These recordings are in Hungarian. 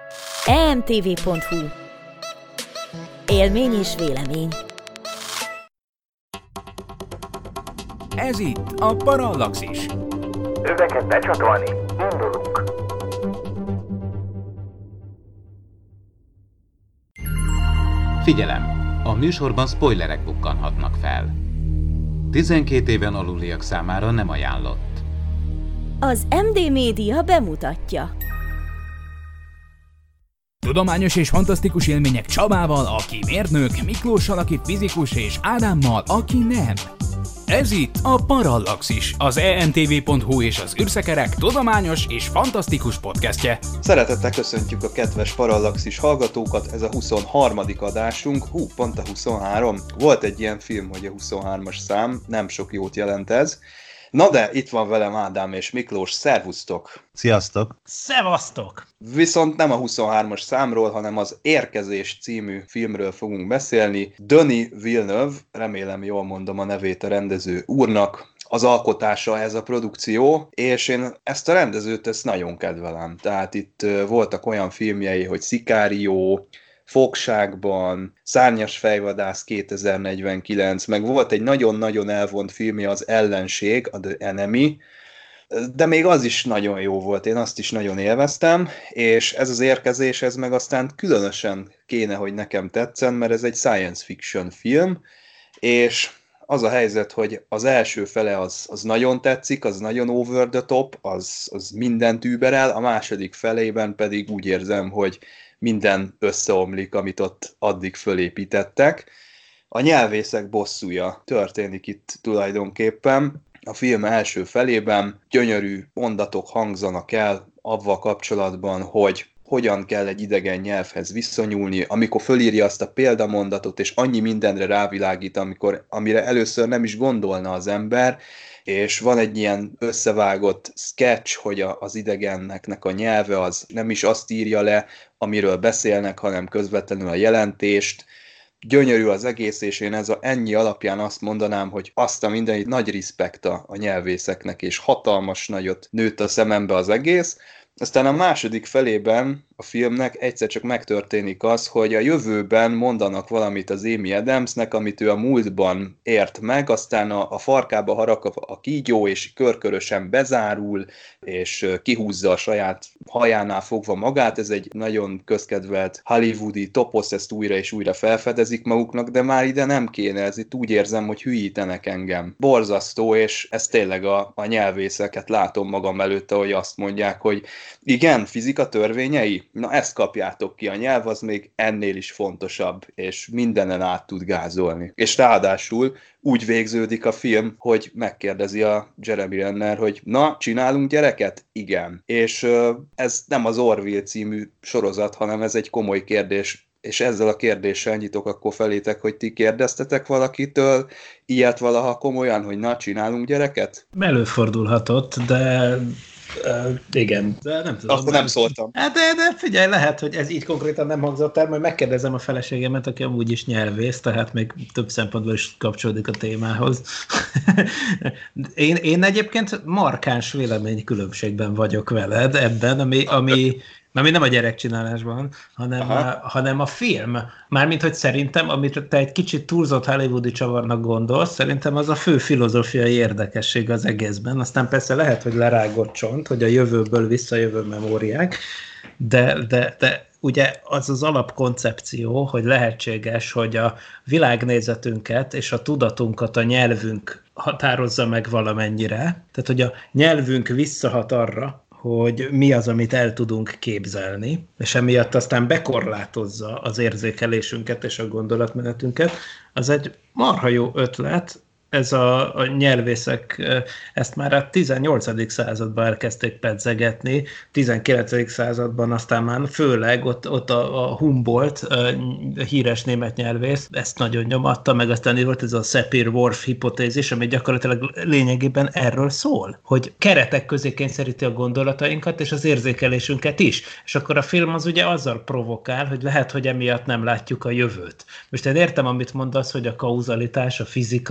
emtv.hu. Élmény és vélemény. Ez itt a Parallaxis. Öveket becsatolni, indulunk! Figyelem! A műsorban spoilerek bukkanhatnak fel. 12 éven aluliak számára nem ajánlott. Az MD Média bemutatja. Tudományos és fantasztikus élmények Csabával, aki mérnök, Miklóssal, aki fizikus, és Ádámmal, aki nem. Ez itt a Parallaxis, az emtv.hu és az űrszekerek tudományos és fantasztikus podcastje. Szeretettel köszöntjük a kedves Parallaxis hallgatókat, ez a 23. adásunk, pont a 23. Volt egy ilyen film, hogy a 23-as szám, nem sok jót jelent ez. Na de itt van velem Ádám és Miklós, szervusztok! Sziasztok! Szevasztok! Viszont nem a 23-as számról, hanem az Érkezés című filmről fogunk beszélni. Denis Villeneuve, remélem jól mondom a nevét a rendező úrnak, az alkotása ez a produkció, és én ezt a rendezőt nagyon kedvelem. Tehát itt voltak olyan filmjei, hogy Sicario, Fogságban, Szárnyas fejvadász 2049, meg volt egy nagyon-nagyon elvont filmje, az Ellenség, a The Enemy, de még az is nagyon jó volt, én azt is nagyon élveztem, és ez az Érkezés, ez meg aztán különösen kéne, hogy nekem tetszen, mert ez egy science fiction film, és az a helyzet, hogy az első fele az nagyon tetszik, az nagyon over the top, az mindent überel, a második felében pedig úgy érzem, hogy minden összeomlik, amit ott addig fölépítettek. A nyelvészek bosszúja történik itt tulajdonképpen. A film első felében gyönyörű mondatok hangzanak el avval kapcsolatban, hogy hogyan kell egy idegen nyelvhez viszonyulni, amikor fölírja azt a példamondatot, és annyi mindenre rávilágít, amire először nem is gondolna az ember, és van egy ilyen összevágott sketch, hogy az idegennek a nyelve az nem is azt írja le, amiről beszélnek, hanem közvetlenül a jelentést. Gyönyörű az egész, és én ennyi alapján azt mondanám, hogy azt a mindenit nagy respekt a nyelvészeknek, és hatalmas nagyot nőtt a szemembe az egész. Aztán a második felében a filmnek egyszer csak megtörténik az, hogy a jövőben mondanak valamit az Amy Adamsnek, amit ő a múltban ért meg, aztán a farkába harap a kígyó, és körkörösen bezárul, és kihúzza a saját hajánál fogva magát. Ez egy nagyon közkedvelt hollywoodi toposz, ezt újra és újra felfedezik maguknak, de már ide nem kéne, ez itt úgy érzem, hogy hülyítenek engem. Borzasztó, és ez tényleg a nyelvészeket látom magam előtt, ahogy azt mondják, hogy igen, fizika törvényei? Na ezt kapjátok ki, a nyelv az még ennél is fontosabb, és mindenen át tud gázolni. És ráadásul úgy végződik a film, hogy megkérdezi a Jeremy Renner, hogy na, csinálunk gyereket? Igen. És ez nem az Orville című sorozat, hanem ez egy komoly kérdés, és ezzel a kérdéssel nyitok akkor felétek, hogy ti kérdeztetek valakitől ilyet valaha komolyan, hogy na, csinálunk gyereket? Előfordulhatott, de... igen, de nem tudom. Akkor nem szóltam. De figyelj, lehet, hogy ez így konkrétan nem hangzott el, majd megkérdezem a feleségemet, aki amúgy is nyelvész, tehát még több szempontból is kapcsolódik a témához. Én egyébként markáns véleménykülönbségben vagyok veled ebben, ami nem a gyerekcsinálásban, hanem a film. Mármint, hogy szerintem, amit te egy kicsit túlzott hollywoodi csavarnak gondolsz, szerintem az a fő filozófiai érdekesség az egészben. Aztán persze lehet, hogy lerágott csont, hogy a jövőből visszajövő memóriák, de ugye az alapkoncepció, hogy lehetséges, hogy a világnézetünket és a tudatunkat a nyelvünk határozza meg valamennyire. Tehát, hogy a nyelvünk visszahat arra, hogy mi az, amit el tudunk képzelni, és emiatt aztán bekorlátozza az érzékelésünket és a gondolatmenetünket, az egy marha jó ötlet. Ez a nyelvészek ezt már a 18. században elkezdték pedzegetni, 19. században aztán már főleg ott a Humboldt, a híres német nyelvész, ezt nagyon nyomatta, meg aztán volt ez a Sapir-Whorf hipotézis, ami gyakorlatilag lényegében erről szól, hogy keretek közé kényszeríti a gondolatainkat és az érzékelésünket is. És akkor a film az ugye azzal provokál, hogy lehet, hogy emiatt nem látjuk a jövőt. Most én értem, amit mondasz, hogy a kauzalitás, a fizika, meg minden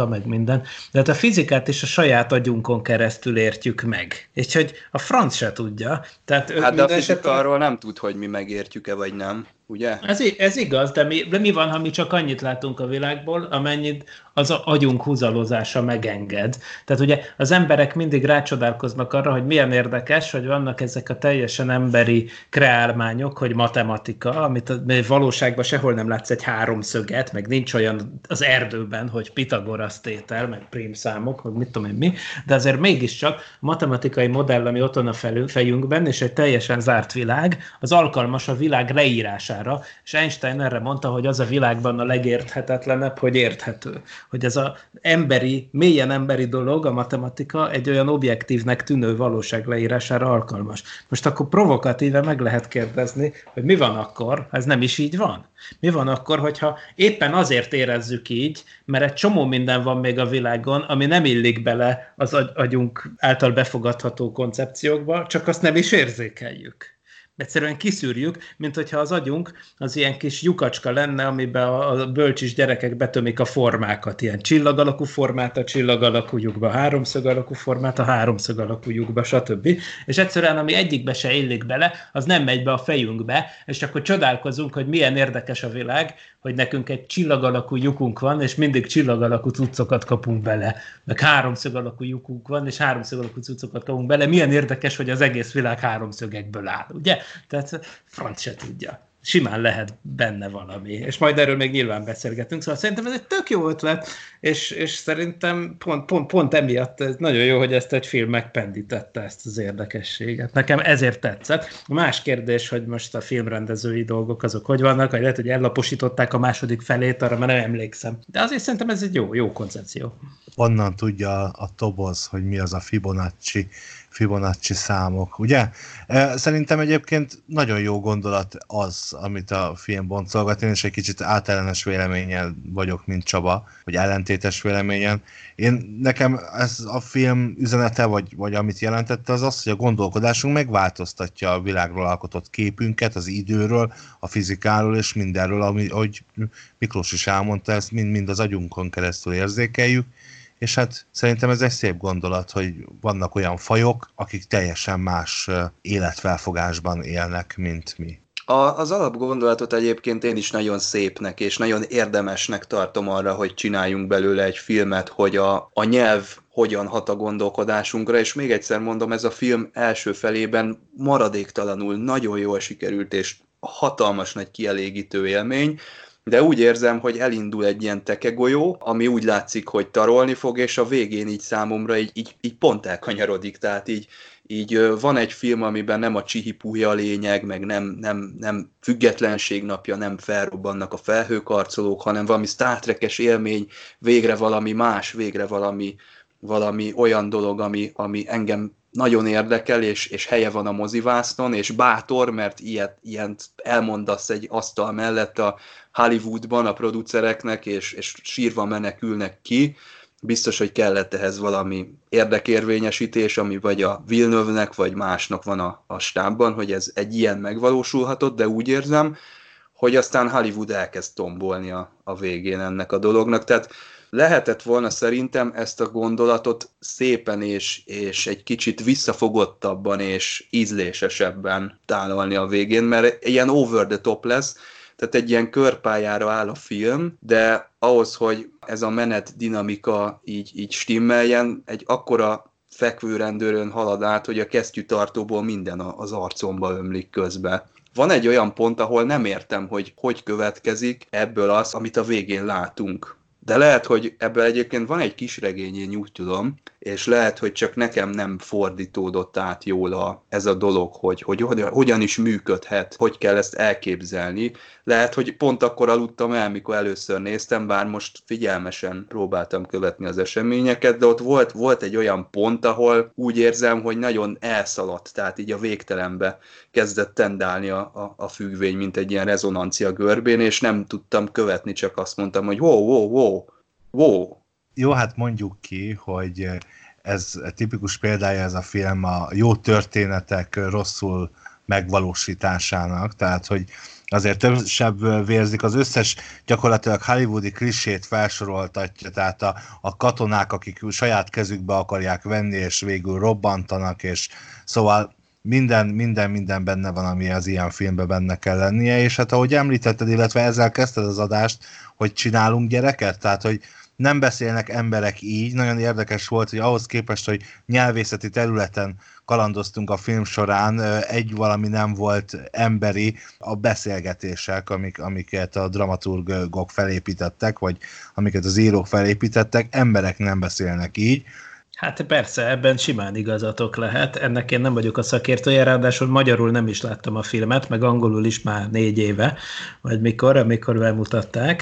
minden. De hát a fizikát is a saját agyunkon keresztül értjük meg. És hogy a franc se tudja. Tehát hát de a fizika arról nem tud, hogy mi megértjük-e vagy nem, ugye? Ez igaz, de mi van, ha mi csak annyit látunk a világból, amennyit az agyunk húzalozása megenged. Tehát ugye az emberek mindig rácsodálkoznak arra, hogy milyen érdekes, hogy vannak ezek a teljesen emberi kreálmányok, hogy matematika, amit valóságban sehol nem látsz egy háromszöget, meg nincs olyan az erdőben, hogy Pitagorasz tétel, meg prímszámok, meg mit tudom én mi, de azért mégiscsak matematikai modell, ami ott van a fejünkben, és egy teljesen zárt világ, az alkalmas a világ leírására, és Einstein erre mondta, hogy az a világban a legérthetetlenebb, hogy érthető. Hogy ez az emberi, mélyen emberi dolog, a matematika egy olyan objektívnek tűnő valóság leírására alkalmas. Most akkor provokatíve meg lehet kérdezni, hogy mi van akkor, ez nem is így van? Mi van akkor, hogyha éppen azért érezzük így, mert egy csomó minden van még a világon, ami nem illik bele az agyunk által befogadható koncepciókba, csak azt nem is érzékeljük. Egyszerűen kiszűrjük, mint hogyha az agyunk az ilyen kis lyukacska lenne, amiben a bölcsis gyerekek betömik a formákat, ilyen csillag alakú formát a csillag alakú lyukba, háromszög alakú formát a háromszög alakú lyukba, stb. És egyszerűen, ami egyikbe se illik bele, az nem megy be a fejünkbe, és akkor csodálkozunk, hogy milyen érdekes a világ, hogy nekünk egy csillag alakú lyukunk van, és mindig csillag alakú cuccokat kapunk bele. Meg háromszög alakú lyukunk van, és háromszög alakú cuccokat kapunk bele. Milyen érdekes, hogy az egész világ háromszögekből áll, ugye? Tehát franc se tudja. Simán lehet benne valami. És majd erről még nyilván beszélgetünk. Szóval szerintem ez egy tök jó ötlet, és szerintem pont emiatt ez nagyon jó, hogy ezt egy film megpendítette, ezt az érdekességet. Nekem ezért tetszett. A más kérdés, hogy most a filmrendezői dolgok azok hogy vannak, vagy lehet, hogy ellaposították a második felét, arra már nem emlékszem. De azért szerintem ez egy jó koncepció. Onnan tudja a toboz, hogy mi az a Fibonacci számok, ugye? Szerintem egyébként nagyon jó gondolat az, amit a film boncolgat. Én is egy kicsit átellenes véleménnyel vagyok, mint Csaba, vagy ellentétes véleményen. Nekem ez a film üzenete, vagy amit jelentette, az az, hogy a gondolkodásunk megváltoztatja a világról alkotott képünket, az időről, a fizikáról és mindenről, ahogy Miklós is elmondta, ezt mind az agyunkon keresztül érzékeljük. És hát szerintem ez egy szép gondolat, hogy vannak olyan fajok, akik teljesen más életfelfogásban élnek, mint mi. Az alapgondolatot egyébként én is nagyon szépnek és nagyon érdemesnek tartom arra, hogy csináljunk belőle egy filmet, hogy a nyelv hogyan hat a gondolkodásunkra, és még egyszer mondom, ez a film első felében maradéktalanul nagyon jól sikerült, és hatalmas nagy kielégítő élmény, de úgy érzem, hogy elindul egy ilyen tekegolyó, ami úgy látszik, hogy tarolni fog, és a végén így számomra így pont elkanyarodik. Tehát így van egy film, amiben nem a csihipuhi a lényeg, meg nem függetlenség napja, nem felrobbannak a felhőkarcolók, hanem valami Star Trek-es élmény, végre valami más, végre valami olyan dolog, ami engem nagyon érdekel, és helye van a mozivásznon, és bátor, mert ilyet elmondasz egy asztal mellett a Hollywoodban a producereknek, és sírva menekülnek ki. Biztos, hogy kellett ehhez valami érdekérvényesítés, ami vagy a Villeneuve-nek, vagy másnak van a stábban, hogy ez egy ilyen megvalósulhatott, de úgy érzem, hogy aztán Hollywood elkezd tombolni a végén ennek a dolognak. Tehát lehetett volna szerintem ezt a gondolatot szépen és egy kicsit visszafogottabban és ízlésesebben tálalni a végén, mert ilyen over the top lesz, tehát egy ilyen körpályára áll a film, de ahhoz, hogy ez a menet dinamika így stimmeljen, egy akkora fekvőrendőrön halad át, hogy a kesztyűtartóból minden az arcomba ömlik közbe. Van egy olyan pont, ahol nem értem, hogy következik ebből az, amit a végén látunk. De lehet, hogy ebből egyébként van egy kis regény, én úgy tudom, és lehet, hogy csak nekem nem fordítódott át jól ez a dolog, hogy hogyan is működhet, hogy kell ezt elképzelni. Lehet, hogy pont akkor aludtam el, mikor először néztem, bár most figyelmesen próbáltam követni az eseményeket, de ott volt egy olyan pont, ahol úgy érzem, hogy nagyon elszaladt, tehát így a végtelenbe kezdett tendálni a függvény, mint egy ilyen rezonancia görbén, és nem tudtam követni, csak azt mondtam, hogy wow. Jó, hát mondjuk ki, hogy ez tipikus példája ez a film a jó történetek rosszul megvalósításának, tehát hogy azért többsebből vérzik, az összes gyakorlatilag hollywoodi klisét felsoroltatja, tehát a katonák, akik saját kezükbe akarják venni, és végül robbantanak, és szóval minden benne van, ami az ilyen filmben benne kell lennie, és hát ahogy említetted, illetve ezzel kezdted az adást, hogy csinálunk gyereket, tehát hogy nem beszélnek emberek így, nagyon érdekes volt, hogy ahhoz képest, hogy nyelvészeti területen kalandoztunk a film során, egy valami nem volt emberi, a beszélgetések, amiket a dramaturgok felépítettek, vagy amiket az írók felépítettek, emberek nem beszélnek így. Hát persze, ebben simán igazatok lehet. Ennek én nem vagyok a szakértője, ráadásul magyarul nem is láttam a filmet, meg angolul is már 4 éve, vagy amikor bemutatták.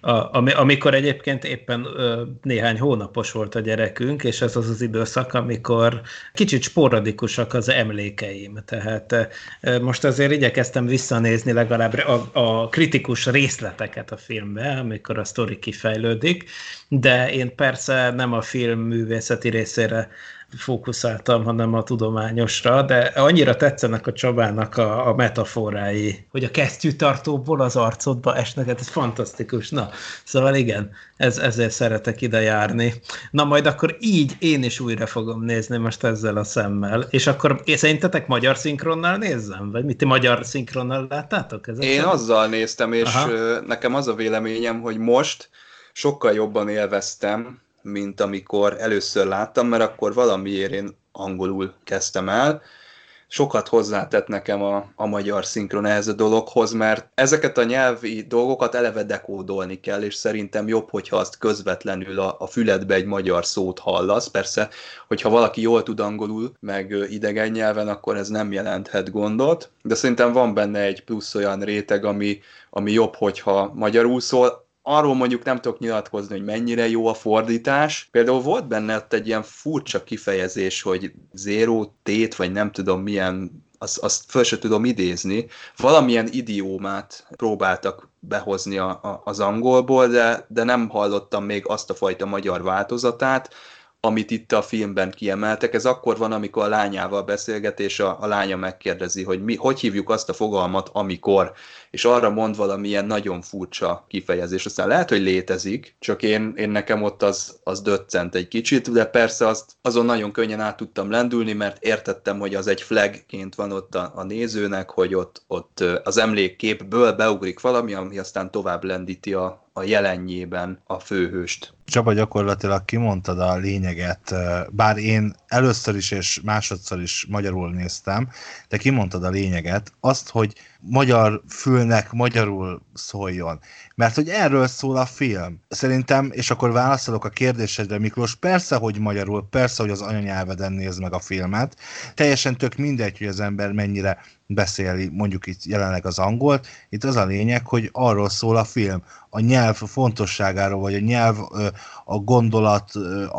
Amikor egyébként éppen néhány hónapos volt a gyerekünk, és ez az az időszak, amikor kicsit sporadikusak az emlékeim. Tehát most azért igyekeztem visszanézni legalább a kritikus részleteket a filmbe, amikor a sztori kifejlődik, de én persze nem a film művészeti részére fókuszáltam, hanem a tudományosra, de annyira tetszenek a Csabának a metaforái, hogy a kesztyűtartóból az arcodba esnek, hát ez fantasztikus. Na, szóval igen, ezért szeretek ide járni. Na majd akkor így én is újra fogom nézni most ezzel a szemmel. És akkor szerintetek magyar szinkronnal nézzem? Vagy mit, ti magyar szinkronnal láttátok? Én azzal néztem, és nekem az a véleményem, hogy most sokkal jobban élveztem, mint amikor először láttam, mert akkor valamiért én angolul kezdtem el. Sokat hozzátett nekem a magyar szinkron ehhez a dologhoz, mert ezeket a nyelvi dolgokat eleve dekódolni kell, és szerintem jobb, hogyha azt közvetlenül a füledbe egy magyar szót hallasz. Persze, hogyha valaki jól tud angolul, meg idegen nyelven, akkor ez nem jelenthet gondot, de szerintem van benne egy plusz olyan réteg, ami jobb, hogyha magyarul szól. Arról mondjuk nem tudok nyilatkozni, hogy mennyire jó a fordítás. Például volt benne ott egy ilyen furcsa kifejezés, hogy zero tét, vagy nem tudom milyen, azt föl se tudom idézni. Valamilyen idiómát próbáltak behozni az angolból, de nem hallottam még azt a fajta magyar változatát, amit itt a filmben kiemeltek. Ez akkor van, amikor a lányával beszélget, és a lánya megkérdezi, hogy hogy hívjuk azt a fogalmat, amikor, és arra mond valamilyen nagyon furcsa kifejezés. Aztán lehet, hogy létezik, csak én nekem ott az döccent egy kicsit, de persze azon nagyon könnyen át tudtam lendülni, mert értettem, hogy az egy flagként van ott a nézőnek, hogy ott az emlékképből beugrik valami, ami aztán tovább lendíti a jelenjében a főhőst. Csaba, gyakorlatilag kimondtad a lényeget, bár én először is és másodszor is magyarul néztem, de kimondtad a lényeget, azt, hogy magyar fülnek magyarul szóljon. Mert hogy erről szól a film. Szerintem, és akkor válaszolok a kérdésedre, Miklós, persze, hogy magyarul, persze, hogy az anyanyelveden nézd meg a filmet. Teljesen tök mindegy, hogy az ember mennyire beszéli, mondjuk itt jelenleg az angolt. Itt az a lényeg, hogy arról szól a film, a nyelv fontosságáról, vagy a nyelv, a gondolat,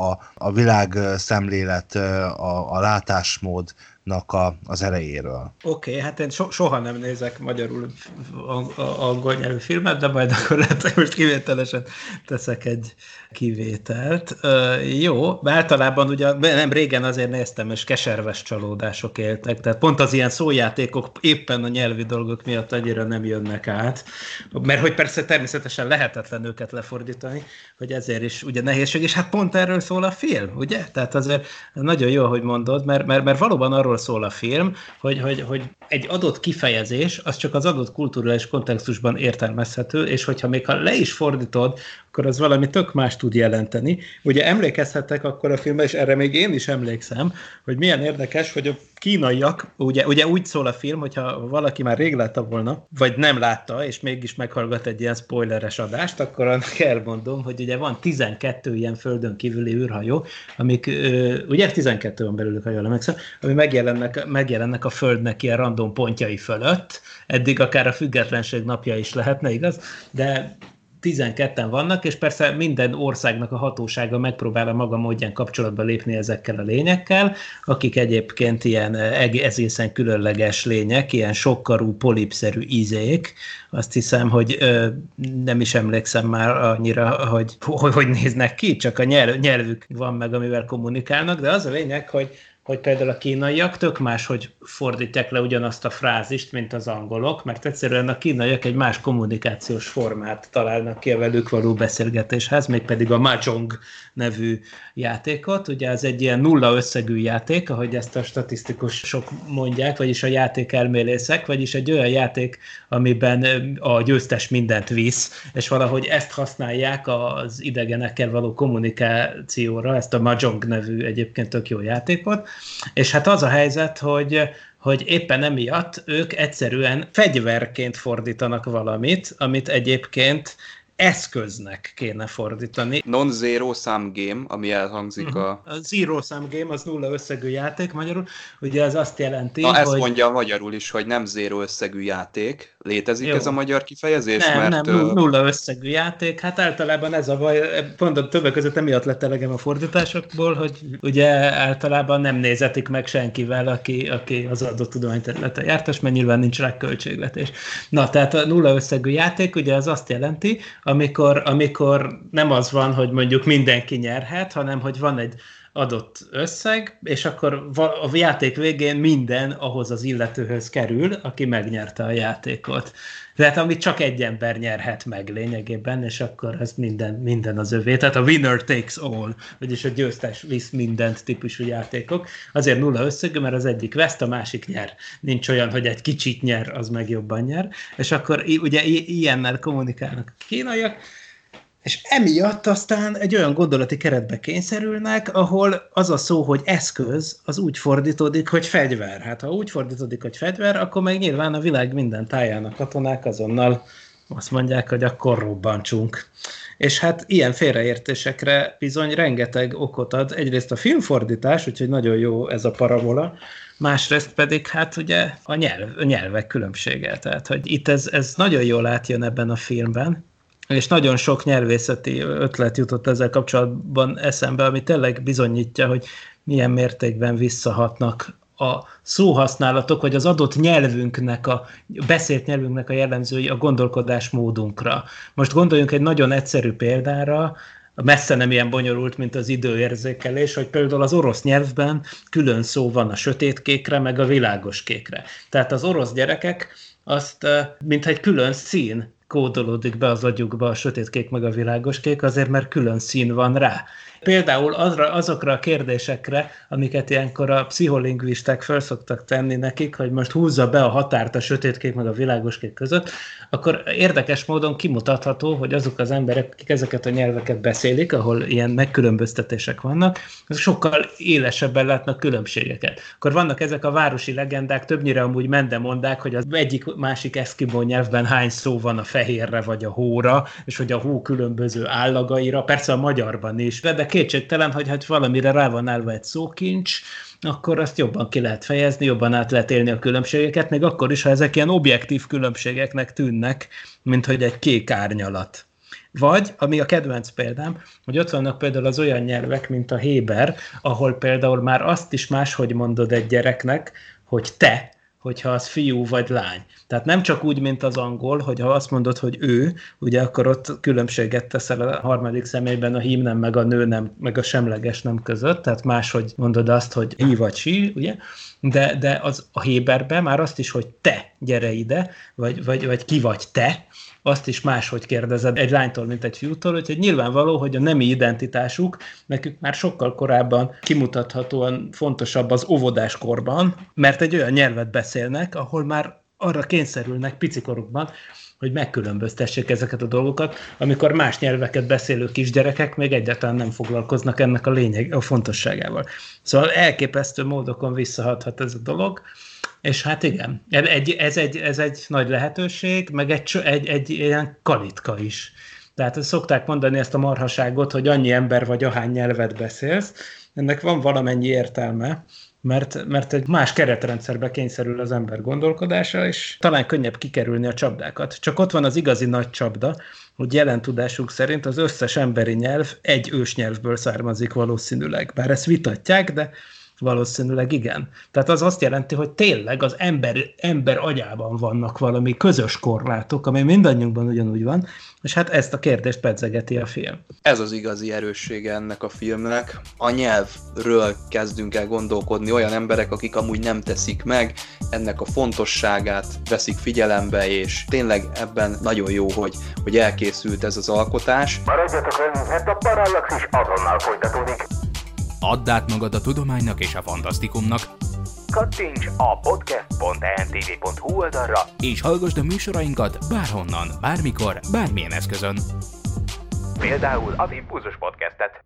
a világszemlélet, a látásmódnak az erejéről. Oké, hát én soha nem nézek magyarul angol nyelvű filmet, de majd akkor lehet, hogy most kivételesen teszek egy kivételt. Jó, általában ugye nem régen azért néztem, és keserves csalódások éltek, tehát pont az ilyen szójátékok éppen a nyelvi dolgok miatt annyira nem jönnek át, mert hogy persze természetesen lehetetlen őket lefordítani, hogy ezért is ugye nehézség, és hát pont erről szól a film, ugye? Tehát azért nagyon jó, hogy mondod, mert valóban arról szól a film, hogy egy adott kifejezés, az csak az adott kulturális kontextusban értelmezhető, és hogyha még ha le is fordítod, akkor az valami tök más tud jelenteni. Ugye emlékezhettek akkor a filmben, és erre még én is emlékszem, hogy milyen érdekes, hogy a kínaiak, ugye úgy szól a film, hogyha valaki már rég látta volna, vagy nem látta, és mégis meghallgat egy ilyen spoileres adást, akkor annak elmondom, hogy ugye van 12 ilyen földön kívüli űrhajó, amik, ugye 12 van belőlük, ha jól emlékszem, ami megjelennek a Földnek ilyen random pontjai fölött, eddig akár a függetlenség napja is lehetne, igaz? De 12-en vannak, és persze minden országnak a hatósága megpróbál a maga módján kapcsolatba lépni ezekkel a lényekkel, akik egyébként ilyen egészen különleges lények, ilyen sokkarú, polipszerű ízék. Azt hiszem, hogy nem is emlékszem már annyira, hogy néznek ki, csak a nyelvük van meg, amivel kommunikálnak, de az a lényeg, hogy például a kínaiak tök máshogy fordítják le ugyanazt a frázist, mint az angolok, mert egyszerűen a kínaiak egy más kommunikációs formát találnak ki a velük való beszélgetéshez, mégpedig a Mahjong nevű játékot. Ugye ez egy ilyen nulla összegű játék, ahogy ezt a statisztikusok mondják, vagyis a játékelmélészek, vagyis egy olyan játék, amiben a győztes mindent visz, és valahogy ezt használják az idegenekkel való kommunikációra, ezt a Mahjong nevű egyébként tök jó játékot. És hát az a helyzet, hogy éppen emiatt ők egyszerűen fegyverként fordítanak valamit, amit egyébként eszköznek kéne fordítani. Non-zero sum game, ami elhangzik a zero sum game, az nulla összegű játék magyarul. Ugye ez azt jelenti, hogy... ezt mondja magyarul is, hogy nem zero összegű játék. Létezik Jó. Ez a magyar kifejezés? Nem, nulla összegű játék. Hát általában ez a baj, pont többek között emiatt lett elegem a fordításokból, hogy ugye általában nem nézetik meg senkivel, aki az adott tudományterületen jártas, mert nyilván nincs rá költségvetés. Na, tehát a nulla összegű játék ugye az azt jelenti, amikor nem az van, hogy mondjuk mindenki nyerhet, hanem hogy van egy adott összeg, és akkor a játék végén minden ahhoz az illetőhöz kerül, aki megnyerte a játékot. Tehát amit csak egy ember nyerhet meg lényegében, és akkor ez minden az övé. Tehát a winner takes all, vagyis a győztes visz mindent típusú játékok. Azért nulla összegű, mert az egyik veszt, a másik nyer. Nincs olyan, hogy egy kicsit nyer, az meg jobban nyer. És akkor ugye ilyennel kommunikálnak a kínaiak, és emiatt aztán egy olyan gondolati keretbe kényszerülnek, ahol az a szó, hogy eszköz, az úgy fordítódik, hogy fegyver. Hát ha úgy fordítódik, hogy fegyver, akkor meg nyilván a világ minden táján a katonák azonnal azt mondják, hogy akkor robbantsunk. És hát ilyen félreértésekre bizony rengeteg okot ad. Egyrészt a filmfordítás, úgyhogy nagyon jó ez a parabola, másrészt pedig hát ugye a nyelvek különbsége. Tehát, hogy itt ez nagyon jól átjön ebben a filmben, és nagyon sok nyelvészeti ötlet jutott ezzel kapcsolatban eszembe, ami tényleg bizonyítja, hogy milyen mértékben visszahatnak a szóhasználatok, vagy az adott nyelvünknek, a beszélt nyelvünknek a jellemzői a gondolkodásmódunkra. Most gondoljunk egy nagyon egyszerű példára, messze nem ilyen bonyolult, mint az időérzékelés, hogy például az orosz nyelvben külön szó van a sötétkékre, meg a világoskékre. Tehát az orosz gyerekek azt, mintha egy külön szín kódolódik be az agyukba a sötétkék meg a világoskék, azért mert külön szín van rá. Például azokra a kérdésekre, amiket ilyenkor a pszicholingvisták fel szoktak tenni nekik, hogy most húzza be a határt a sötétkék meg a világoskék között, akkor érdekes módon kimutatható, hogy azok az emberek, akik ezeket a nyelveket beszélik, ahol ilyen megkülönböztetések vannak, azok sokkal élesebben látnak különbségeket. Akkor vannak ezek a városi legendák, többnyire amúgy mendemondák, hogy az egyik-másik eszkimó nyelvben hány szó van a fehérre vagy a hóra, és hogy a hó különböző állagaira, persze a magyarban is, de kétségtelen, hogy hát valamire rá van állva egy szókincs, akkor azt jobban ki lehet fejezni, jobban át lehet élni a különbségeket, még akkor is, ha ezek ilyen objektív különbségeknek tűnnek, mint hogy egy kék árnyalat. Vagy, ami a kedvenc példám, hogy ott vannak például az olyan nyelvek, mint a héber, ahol például már azt is máshogy mondod egy gyereknek, hogy te, hogyha az fiú vagy lány. Tehát nem csak úgy, mint az angol, hogy ha azt mondod, hogy ő, ugye akkor ott különbséget teszel a harmadik személyben a hím nem, meg a nő nem, meg a semleges nem között, tehát máshogy mondod azt, hogy he vagy she, ugye? De az a héberben már azt is, hogy te, gyere ide, vagy ki vagy te, azt is máshogy kérdezed egy lánytól, mint egy fiútól, úgyhogy nyilvánvaló, hogy a nemi identitásuk nekük már sokkal korábban kimutathatóan fontosabb az óvodáskorban, mert egy olyan nyelvet beszélnek, ahol már arra kényszerülnek picikorukban, hogy megkülönböztessék ezeket a dolgokat, amikor más nyelveket beszélő kisgyerekek még egyáltalán nem foglalkoznak ennek a fontosságával. Szóval elképesztő módokon visszahathat ez a dolog, és hát igen, ez egy nagy lehetőség, meg egy ilyen kalitka is. Tehát szokták mondani ezt a marhaságot, hogy annyi ember vagy, ahány nyelvet beszélsz. Ennek van valamennyi értelme, mert egy más keretrendszerbe kényszerül az ember gondolkodása, és talán könnyebb kikerülni a csapdákat. Csak ott van az igazi nagy csapda, hogy jelen tudásuk szerint az összes emberi nyelv egy ősnyelvből származik valószínűleg. Bár ezt vitatják, de Valószínűleg igen. Tehát az azt jelenti, hogy tényleg az ember agyában vannak valami közös korlátok, ami mindannyiunkban ugyanúgy van, és hát ezt a kérdést pedzegeti a film. Ez az igazi erőssége ennek a filmnek. A nyelvről kezdünk el gondolkodni, olyan emberek, akik amúgy nem teszik meg, ennek a fontosságát veszik figyelembe, és tényleg ebben nagyon jó, hogy elkészült ez az alkotás. Maradjatok velünk, mert a Parallaxis azonnal folytatódik. Add át magad a tudománynak és a fantasztikumnak, Kattints a podcast.entv.hu oldalra, és hallgasd a műsorainkat bárhonnan, bármikor, bármilyen eszközön. például az Impulzus Podcastet.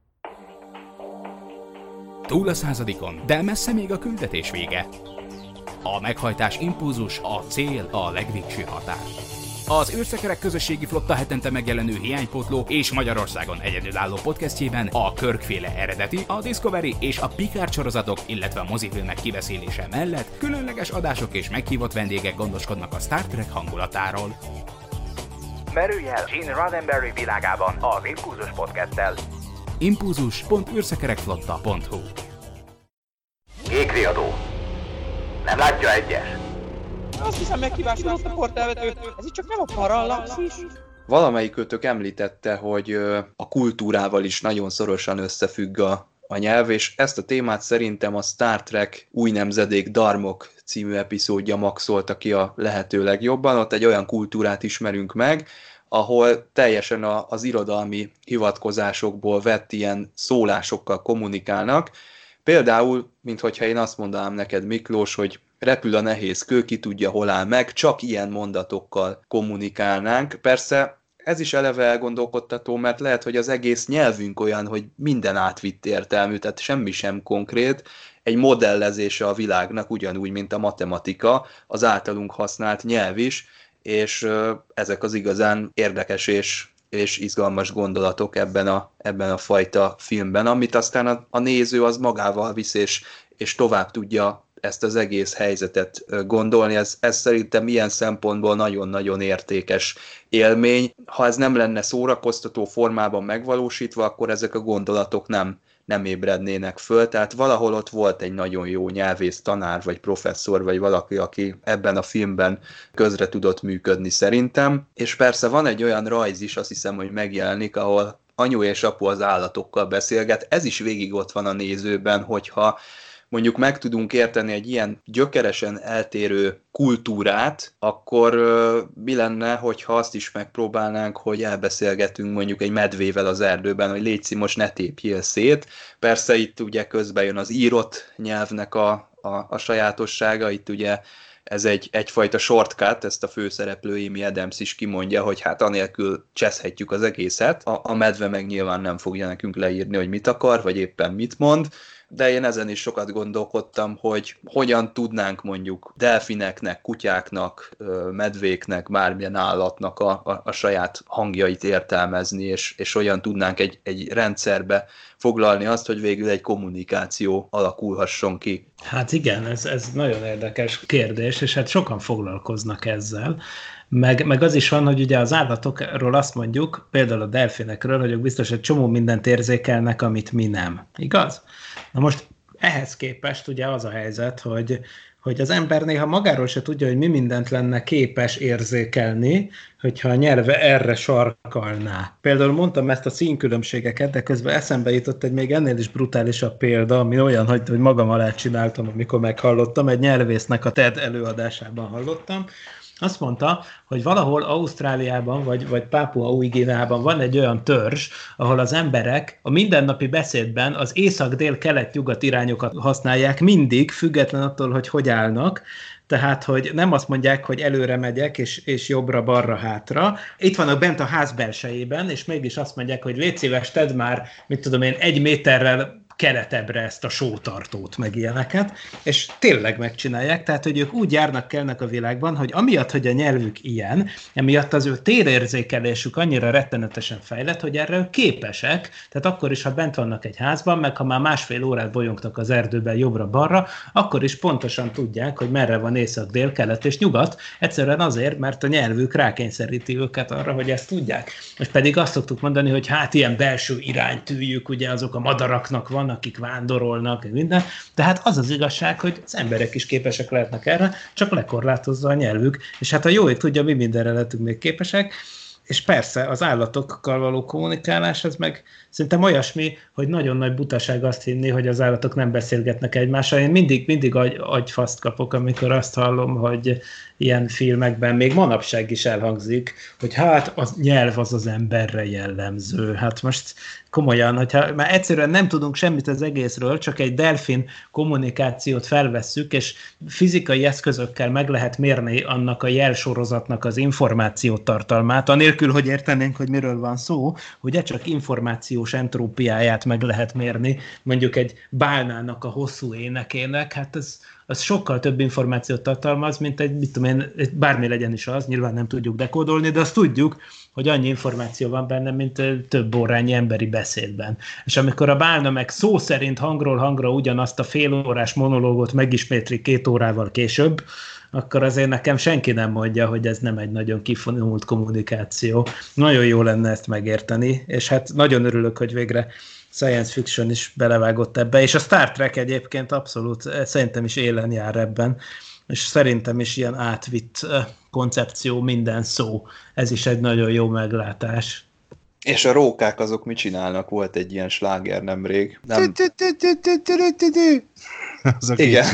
Túl a 100-on, de messze még a küldetés vége. A meghajtás impulzus, a cél, a legvégső határ. Az űrszekerek közösségi flotta hetente megjelenő hiánypótló és Magyarországon egyedülálló podcastjében a Kirk-féle eredeti, a Discovery és a Picard sorozatok, illetve a mozifilmek kibeszélése mellett különleges adások és meghívott vendégek gondoskodnak a Star Trek hangulatáról. Merülj el Gene Roddenberry világában az Impulzus Podcasttel. impulzus.űrszekerekflotta.hu. Égriadó. Nem látja egyes? Azt hiszem meghibásodott a portálvető, ez itt csak nem a Parallaxis. Valamelyikőtök említette, hogy a kultúrával is nagyon szorosan összefügg a nyelv, és ezt a témát szerintem a Star Trek Új Nemzedék Darmok című epizódja maxolta ki a lehető legjobban. Ott egy olyan kultúrát ismerünk meg, ahol teljesen az irodalmi hivatkozásokból vett ilyen szólásokkal kommunikálnak. Például, minthogyha én azt mondanám neked, Miklós, hogy repül a nehéz kő, ki tudja, hol áll meg, csak ilyen mondatokkal kommunikálnánk. Persze ez is eleve elgondolkodtató, mert lehet, hogy az egész nyelvünk olyan, hogy minden átvitt értelmű, tehát semmi sem konkrét, egy modellezése a világnak, ugyanúgy, mint a matematika, az általunk használt nyelv is, és ezek az igazán érdekes és izgalmas gondolatok ebben a fajta filmben, amit aztán a néző az magával visz, és tovább tudja ezt az egész helyzetet gondolni. Ez szerintem ilyen szempontból nagyon-nagyon értékes élmény. Ha ez nem lenne szórakoztató formában megvalósítva, akkor ezek a gondolatok nem ébrednének föl. Tehát valahol ott volt egy nagyon jó nyelvész tanár, vagy professzor, vagy valaki, aki ebben a filmben közre tudott működni szerintem. És persze van egy olyan rajz is, azt hiszem, hogy megjelenik, ahol anyu és apu az állatokkal beszélget. Ez is végig ott van a nézőben, hogyha mondjuk meg tudunk érteni egy ilyen gyökeresen eltérő kultúrát, akkor mi lenne, hogyha azt is megpróbálnánk, hogy elbeszélgetünk mondjuk egy medvével az erdőben, hogy légy most ne tépjél szét. Persze itt ugye közben jön az írott nyelvnek a sajátossága, itt ugye ez egyfajta shortcut, ezt a főszereplő Amy Adams is kimondja, hogy hát anélkül cseszhetjük az egészet. A medve meg nyilván nem fogja nekünk leírni, hogy mit akar, vagy éppen mit mond, de én ezen is sokat gondolkodtam, hogy hogyan tudnánk mondjuk delfineknek, kutyáknak, medvéknek, bármilyen állatnak a saját hangjait értelmezni, és hogyan tudnánk egy rendszerbe foglalni azt, hogy végül egy kommunikáció alakulhasson ki. Hát igen, ez nagyon érdekes kérdés, és hát sokan foglalkoznak ezzel. Meg az is van, hogy ugye az állatokról azt mondjuk, például a delfinekről, hogy ők biztos egy csomó mindent érzékelnek, amit mi nem. Igaz? Na most ehhez képest ugye az a helyzet, hogy az ember néha magáról se tudja, hogy mi mindent lenne képes érzékelni, hogyha a nyelve erre sarkalná. Például mondtam ezt a színkülönbségeket, de közben eszembe jutott egy még ennél is brutálisabb példa, ami olyan, hogy magam alá csináltam, amikor meghallottam, egy nyelvésznek a TED előadásában hallottam. Azt mondta, hogy valahol Ausztráliában vagy Pápua Új-Guineában van egy olyan törzs, ahol az emberek a mindennapi beszédben az észak-dél-kelet-nyugat irányokat használják mindig, független attól, hogy állnak. Tehát, hogy nem azt mondják, hogy előre megyek, és jobbra-balra hátra. Itt vannak bent a ház belsejében, és mégis azt mondják, hogy légy szíves, tedd már, 1 méterrel keletebbre ezt a sótartót, meg ilyeneket, és tényleg megcsinálják, tehát, hogy ők úgy járnak kellnek a világban, hogy amiatt, hogy a nyelvük ilyen, emiatt az ő térérzékelésük annyira rettenetesen fejlett, hogy erre ők képesek, tehát akkor is, ha bent vannak egy házban, meg ha már 1,5 órát bolyongtak az erdőben jobbra-balra, akkor is pontosan tudják, hogy merre van észak, dél, kelet és nyugat, egyszerűen azért, mert a nyelvük rákényszeríti őket arra, hogy ezt tudják. Most pedig azt szoktuk mondani, hogy hát ilyen belső iránytűjük, ugye azok a madaraknak van, van, akik vándorolnak, minden. Tehát az az igazság, hogy az emberek is képesek lehetnek erre, csak lekorlátozza a nyelvük, és hát a jó ég tudja, mi mindenre lehetünk még képesek, és persze az állatokkal való kommunikálás, ez meg szerintem olyasmi, hogy nagyon nagy butaság azt hinni, hogy az állatok nem beszélgetnek egymással. Én mindig agyfaszt kapok, amikor azt hallom, hogy ilyen filmekben még manapság is elhangzik, hogy hát a nyelv az emberre jellemző. Hát most komolyan, hogyha már egyszerűen nem tudunk semmit az egészről, csak egy delfin kommunikációt felvesszük, és fizikai eszközökkel meg lehet mérni annak a jelsorozatnak az információ tartalmát, anélkül, hogy értenénk, hogy miről van szó, ugye csak információs entrópiáját meg lehet mérni, mondjuk egy bálnának a hosszú énekének, hát az sokkal több információt tartalmaz, mint egy bármi legyen is az, nyilván nem tudjuk dekódolni, de azt tudjuk, hogy annyi információ van benne, mint több órányi emberi beszédben. És amikor a bálna meg szó szerint hangról hangra ugyanazt a félórás monológot megismétli 2 órával később, akkor azért nekem senki nem mondja, hogy ez nem egy nagyon kifinomult kommunikáció. Nagyon jó lenne ezt megérteni, és hát nagyon örülök, hogy végre science fiction is belevágott ebbe, és a Star Trek egyébként abszolút szerintem is élen jár ebben, és szerintem is ilyen átvitt koncepció, minden szó. Ez is egy nagyon jó meglátás. És a rókák azok mit csinálnak? Volt egy ilyen sláger nemrég. Igen.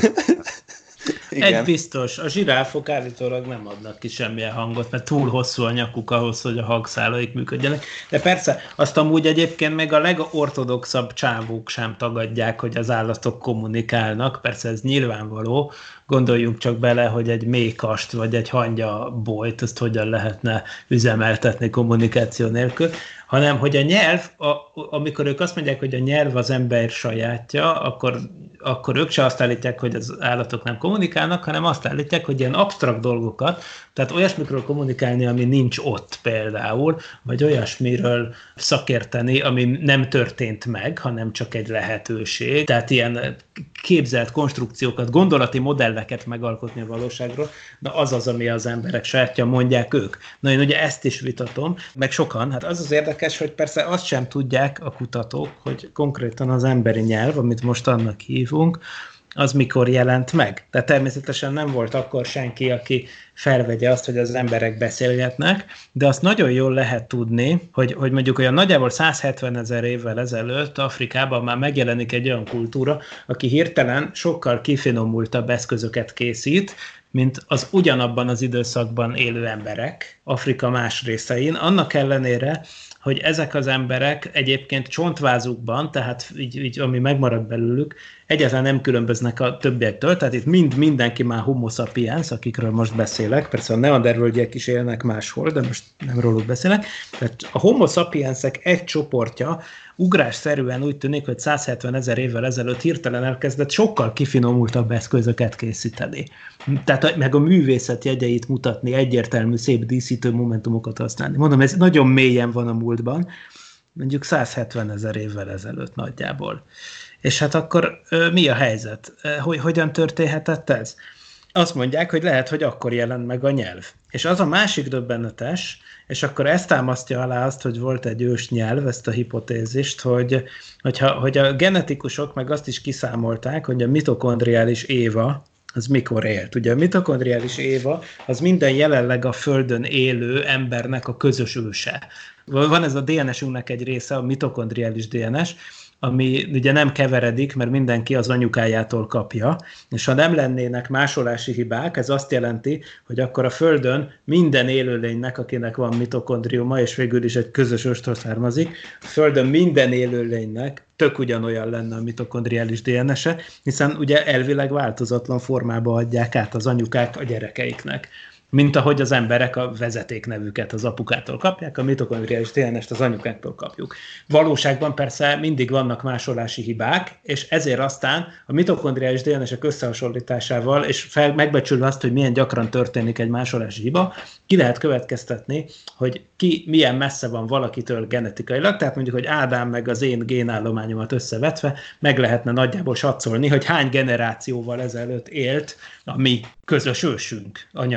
Igen. Egy biztos, a zsiráfok állítólag nem adnak ki semmilyen hangot, mert túl hosszú a nyakuk ahhoz, hogy a hangszálaik működjenek. De persze, azt amúgy egyébként még a legortodoxabb csávók sem tagadják, hogy az állatok kommunikálnak. Persze ez nyilvánvaló. Gondoljunk csak bele, hogy egy méhkast vagy egy hangyabolyt, ezt hogyan lehetne üzemeltetni kommunikáció nélkül, hanem hogy a nyelv, amikor ők azt mondják, hogy a nyelv az ember sajátja, akkor ők se azt állítják, hogy az állatok nem kommunikálnak, hanem azt állítják, hogy ilyen absztrakt dolgokat, tehát olyasmikről kommunikálni, ami nincs ott például, vagy olyasmiről szakérteni, ami nem történt meg, hanem csak egy lehetőség. Tehát ilyen képzelt konstrukciókat, gondolati modelleket megalkotni a valóságról, de az az, ami az emberek sajátja, mondják ők. Na én ugye ezt is vitatom, meg sokan, hát az az érdekes, hogy persze azt sem tudják a kutatók, hogy konkrétan az emberi nyelv, amit most annak hívunk, az mikor jelent meg. Tehát természetesen nem volt akkor senki, aki felvegye azt, hogy az emberek beszélgetnek, de azt nagyon jól lehet tudni, hogy mondjuk olyan nagyjából 170 000 évvel ezelőtt Afrikában már megjelenik egy olyan kultúra, aki hirtelen sokkal kifinomultabb eszközöket készít, mint az ugyanabban az időszakban élő emberek Afrika más részein, annak ellenére, hogy ezek az emberek egyébként csontvázukban, tehát így ami megmarad belőlük, egyáltalán nem különböznek a többiektől, tehát itt mindenki már homo sapiens, akikről most beszélek, persze a neandervölgyek is élnek máshol, de most nem róluk beszélek, tehát a homo sapiensek egy csoportja ugrásszerűen úgy tűnik, hogy 170 000 évvel ezelőtt hirtelen elkezdett sokkal kifinomultabb eszközöket készíteni. Tehát meg a művészet jegyeit mutatni, egyértelmű, szép díszítő momentumokat használni. Mondom, ez nagyon mélyen van a múltban, mondjuk 170 000 évvel ezelőtt nagyjából. És hát akkor mi a helyzet? Hogyan történhetett ez? Azt mondják, hogy lehet, hogy akkor jelent meg a nyelv. És az a másik döbbenetes, és akkor ezt támasztja alá azt, hogy volt egy ős nyelv, ezt a hipotézist, hogy a genetikusok meg azt is kiszámolták, hogy a mitokondriális Éva az mikor élt. Ugye a mitokondriális Éva az minden jelenleg a Földön élő embernek a közös őse. Van ez a DNS-ünknek egy része, a mitokondriális DNS, ami ugye nem keveredik, mert mindenki az anyukájától kapja, és ha nem lennének másolási hibák, ez azt jelenti, hogy akkor a Földön minden élőlénynek, akinek van mitokondriuma, és végül is egy közös őstől származik, a Földön minden élőlénynek tök ugyanolyan lenne a mitokondriális DNS-e, hiszen ugye elvileg változatlan formába adják át az anyukák a gyerekeiknek. Mint ahogy az emberek a vezetéknevüket az apukától kapják, a mitokondriális DNS-t az anyukáktól kapjuk. Valóságban persze mindig vannak másolási hibák, és ezért aztán a mitokondriális DNS-ek összehasonlításával, és megbecsülve azt, hogy milyen gyakran történik egy másolási hiba, ki lehet következtetni, hogy ki milyen messze van valakitől genetikailag, tehát mondjuk, hogy Ádám meg az én génállományomat összevetve meg lehetne nagyjából satszolni, hogy hány generációval ezelőtt élt a mi közös ősünk anyai ágon.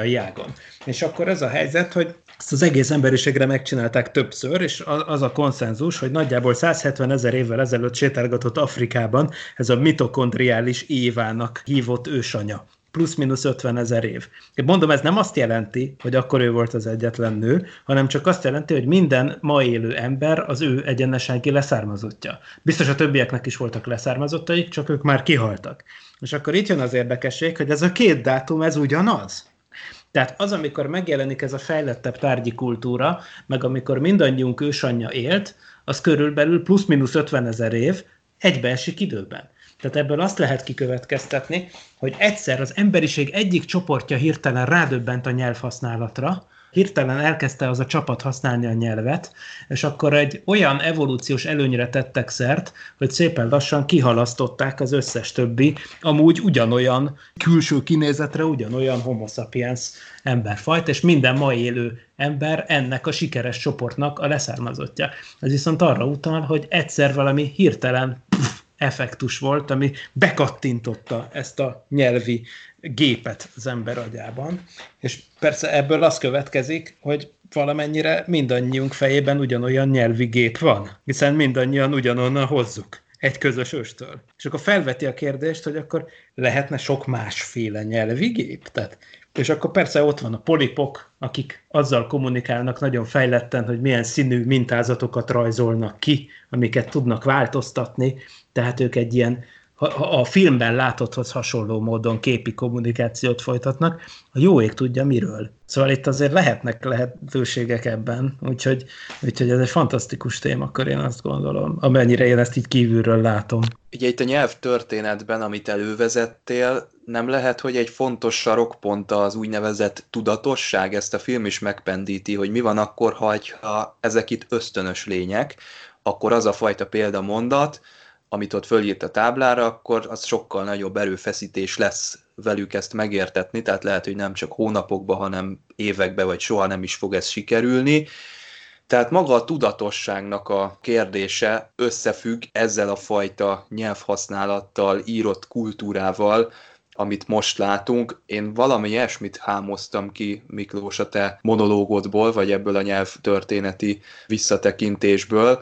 világon. És akkor ez a helyzet, hogy ezt az egész emberiségre megcsinálták többször, és az a konszenzus, hogy nagyjából 170 000 évvel ezelőtt sétálgatott Afrikában ez a mitokondriális Évának hívott ősanya. Plusz-minusz 50 000 év. Én mondom, ez nem azt jelenti, hogy akkor ő volt az egyetlen nő, hanem csak azt jelenti, hogy minden ma élő ember az ő egyenesági leszármazottja. Biztos a többieknek is voltak leszármazottaik, csak ők már kihaltak. És akkor itt jön az érdekesség, hogy ez a két dátum, ez ugyanaz. Tehát az, amikor megjelenik ez a fejlettebb tárgyi kultúra, meg amikor mindannyiunk ősanyja élt, az körülbelül plusz-minusz 50 000 év egybeesik időben. Tehát ebből azt lehet kikövetkeztetni, hogy egyszer az emberiség egyik csoportja hirtelen rádöbbent a nyelvhasználatra, hirtelen elkezdte az a csapat használni a nyelvet, és akkor egy olyan evolúciós előnyre tettek szert, hogy szépen lassan kihalasztották az összes többi, amúgy ugyanolyan külső kinézetre, ugyanolyan homo sapiens emberfajt, és minden ma élő ember ennek a sikeres csoportnak a leszármazottja. Ez viszont arra utal, hogy egyszer valami hirtelen effektus volt, ami bekattintotta ezt a nyelvi gépet az ember agyában. És persze ebből az következik, hogy valamennyire mindannyiunk fejében ugyanolyan nyelvi gép van, hiszen mindannyian ugyanonnan hozzuk egy közös őstől. És akkor felveti a kérdést, hogy akkor lehetne sok másféle nyelvi gép? Tehát, és akkor persze ott van a polipok, akik azzal kommunikálnak nagyon fejletten, hogy milyen színű mintázatokat rajzolnak ki, amiket tudnak változtatni, tehát ők egy ilyen a filmben látotthoz hasonló módon képi kommunikációt folytatnak, a jó ég tudja miről. Szóval itt azért lehetnek lehetőségek ebben, úgyhogy ez egy fantasztikus témakör, én azt gondolom, amennyire én ezt így kívülről látom. Ugye itt a nyelvtörténetben, amit elővezettél, nem lehet, hogy egy fontos sarokpont az úgynevezett tudatosság, ezt a film is megpendíti, hogy mi van akkor, ha ezek itt ösztönös lények, akkor az a fajta példamondat, amit ott fölírt a táblára, akkor az sokkal nagyobb erőfeszítés lesz velük ezt megértetni, tehát lehet, hogy nem csak hónapokban, hanem években, vagy soha nem is fog ez sikerülni. Tehát maga a tudatosságnak a kérdése összefügg ezzel a fajta nyelvhasználattal, írott kultúrával, amit most látunk. Én valami ilyesmit hámoztam ki, Miklós, a te monológodból, vagy ebből a nyelvtörténeti visszatekintésből,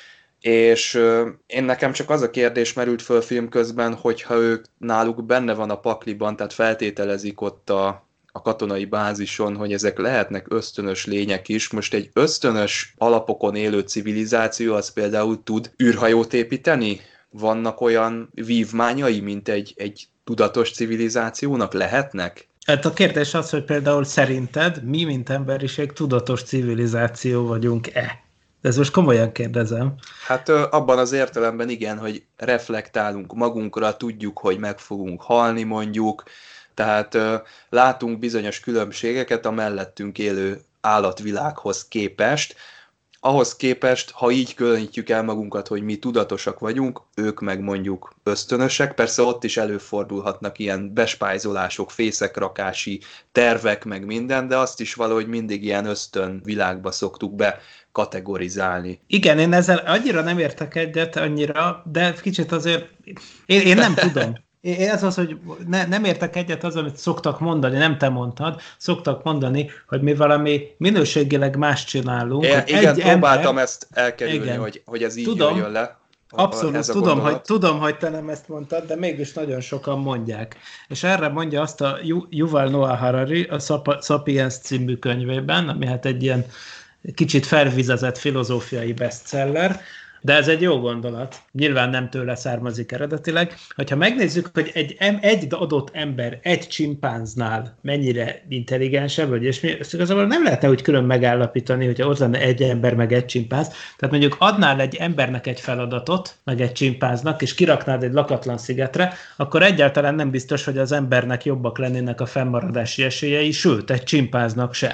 és én nekem csak az a kérdés merült föl film közben, hogyha ők náluk benne van a pakliban, tehát feltételezik ott a katonai bázison, hogy ezek lehetnek ösztönös lények is. Most egy ösztönös alapokon élő civilizáció az például tud űrhajót építeni? Vannak olyan vívmányai, mint egy tudatos civilizációnak lehetnek? Hát a kérdés az, hogy például szerinted mi, mint emberiség, tudatos civilizáció vagyunk-e? De ezt most komolyan kérdezem. Hát abban az értelemben igen, hogy reflektálunk magunkra, tudjuk, hogy meg fogunk halni mondjuk, tehát látunk bizonyos különbségeket a mellettünk élő állatvilághoz képest. Ahhoz képest, ha így különítjük el magunkat, hogy mi tudatosak vagyunk, ők meg mondjuk ösztönösek, persze ott is előfordulhatnak ilyen bespájzolások, fészekrakási tervek, meg minden, de azt is valahogy mindig ilyen ösztön világba szoktuk be kategorizálni. Igen, én ezzel annyira nem értek egyet, de kicsit azért én nem tudom. Ez az, hogy nem értek egyet az, amit szoktak mondani, nem te mondtad, szoktak mondani, hogy mi valami minőségileg más csinálunk. Igen, próbáltam ezt elkerülni, hogy ez így jön le. Abszolút, tudom, hogy te nem ezt mondtad, de mégis nagyon sokan mondják. És erre mondja azt a Yuval Noah Harari a Sapiens című könyvében, ami hát egy ilyen kicsit felvizezett filozófiai bestseller, de ez egy jó gondolat. Nyilván nem tőle származik eredetileg. Hogyha megnézzük, hogy egy adott ember egy csimpánznál mennyire intelligensebb, és ezt igazából nem lehetne úgy külön megállapítani, hogyha ott lenne egy ember, meg egy csimpánz. Tehát mondjuk adnál egy embernek egy feladatot, meg egy csimpánznak, és kiraknád egy lakatlan szigetre, akkor egyáltalán nem biztos, hogy az embernek jobbak lennének a fennmaradási esélyei, sőt, egy csimpánznak se.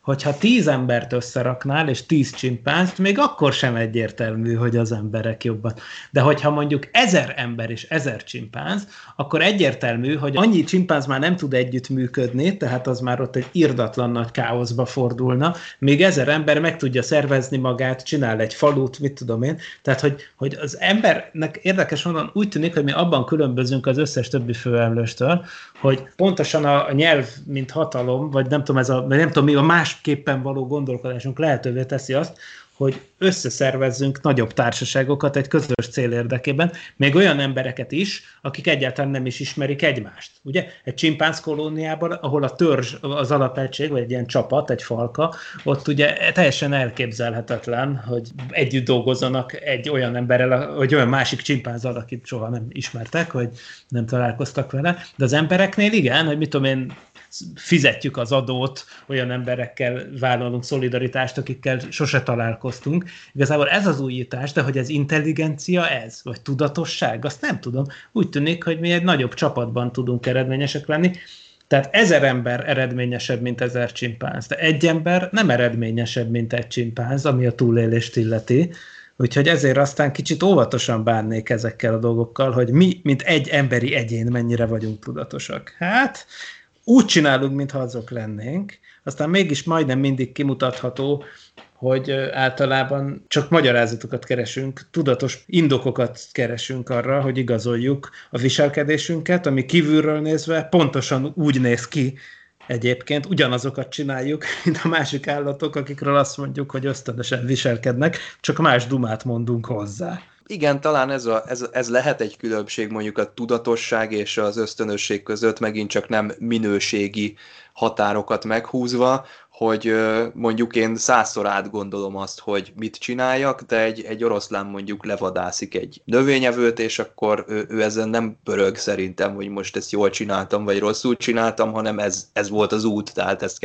hogyha 10 embert összeraknál, és 10 csimpánzt, még akkor sem egyértelmű, hogy az emberek jobban. De hogyha mondjuk 1000 ember és 1000 csimpánz, akkor egyértelmű, hogy annyi csimpánz már nem tud együtt működni, tehát az már ott egy irdatlan nagy káoszba fordulna, még 1000 ember meg tudja szervezni magát, csinál egy falut, mit tudom én. Tehát, hogy az embernek érdekes módon úgy tűnik, hogy mi abban különbözünk az összes többi főemlőstől, hogy pontosan a nyelv, mint hatalom, vagy nem tudom, mi a másképpen való gondolkodásunk lehetővé teszi azt, hogy összeszervezzünk nagyobb társaságokat egy közös cél érdekében, még olyan embereket is, akik egyáltalán nem is ismerik egymást. Ugye? Egy csimpánz kolóniában, ahol a törzs az alapegység, vagy egy ilyen csapat, egy falka, ott ugye teljesen elképzelhetetlen, hogy együtt dolgozzanak egy olyan emberrel, vagy olyan másik csimpánzzal, akit soha nem ismertek, vagy nem találkoztak vele. De az embereknél igen, hogy mit tudom én, fizetjük az adót, olyan emberekkel vállalunk szolidaritást, akikkel sose találkoztunk. Igazából ez az újítás, de hogy ez intelligencia ez, vagy tudatosság, azt nem tudom. Úgy tűnik, hogy mi egy nagyobb csapatban tudunk eredményesek lenni. Tehát 1000 ember eredményesebb, mint 1000 csimpánz, de egy ember nem eredményesebb, mint egy csimpánz, ami a túlélést illeti. Úgyhogy ezért aztán kicsit óvatosan bánnék ezekkel a dolgokkal, hogy mi, mint egy emberi egyén mennyire vagyunk tudatosak. Hát úgy csinálunk, mintha azok lennénk, aztán mégis majdnem mindig kimutatható, hogy általában csak magyarázatokat keresünk, tudatos indokokat keresünk arra, hogy igazoljuk a viselkedésünket, ami kívülről nézve pontosan úgy néz ki egyébként, ugyanazokat csináljuk, mint a másik állatok, akikről azt mondjuk, hogy ösztönösen viselkednek, csak más dumát mondunk hozzá. Igen, talán ez lehet egy különbség mondjuk a tudatosság és az ösztönösség között, megint csak nem minőségi határokat meghúzva, hogy mondjuk én 100-szor átgondolom azt, hogy mit csináljak, de egy oroszlán mondjuk levadászik egy növényevőt, és akkor ő ezen nem pörög szerintem, hogy most ezt jól csináltam, vagy rosszul csináltam, hanem ez volt az út, tehát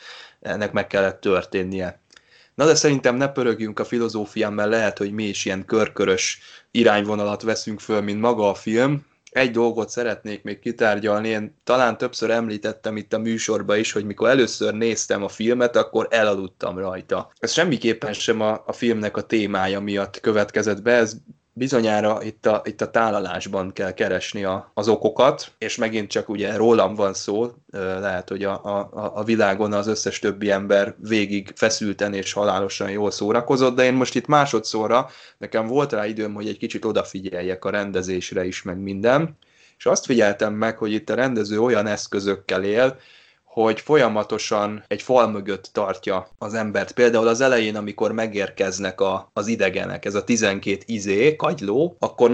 ennek meg kellett történnie. Na de szerintem ne pörögjünk a filozófián, mert lehet, hogy mi is ilyen körkörös irányvonalat veszünk föl, mint maga a film. Egy dolgot szeretnék még kitárgyalni, én talán többször említettem itt a műsorban is, hogy mikor először néztem a filmet, akkor elaludtam rajta. Ez semmiképpen sem a filmnek a témája miatt következett be, ez bizonyára itt a tálalásban kell keresni az okokat, és megint csak ugye rólam van szó, lehet, hogy a világon az összes többi ember végig feszülten és halálosan jól szórakozott, de én most itt másodszorra, nekem volt rá időm, hogy egy kicsit odafigyeljek a rendezésre is, meg minden, és azt figyeltem meg, hogy itt a rendező olyan eszközökkel él, hogy folyamatosan egy fal mögött tartja az embert. Például az elején, amikor megérkeznek az idegenek, ez a 12 kagyló, akkor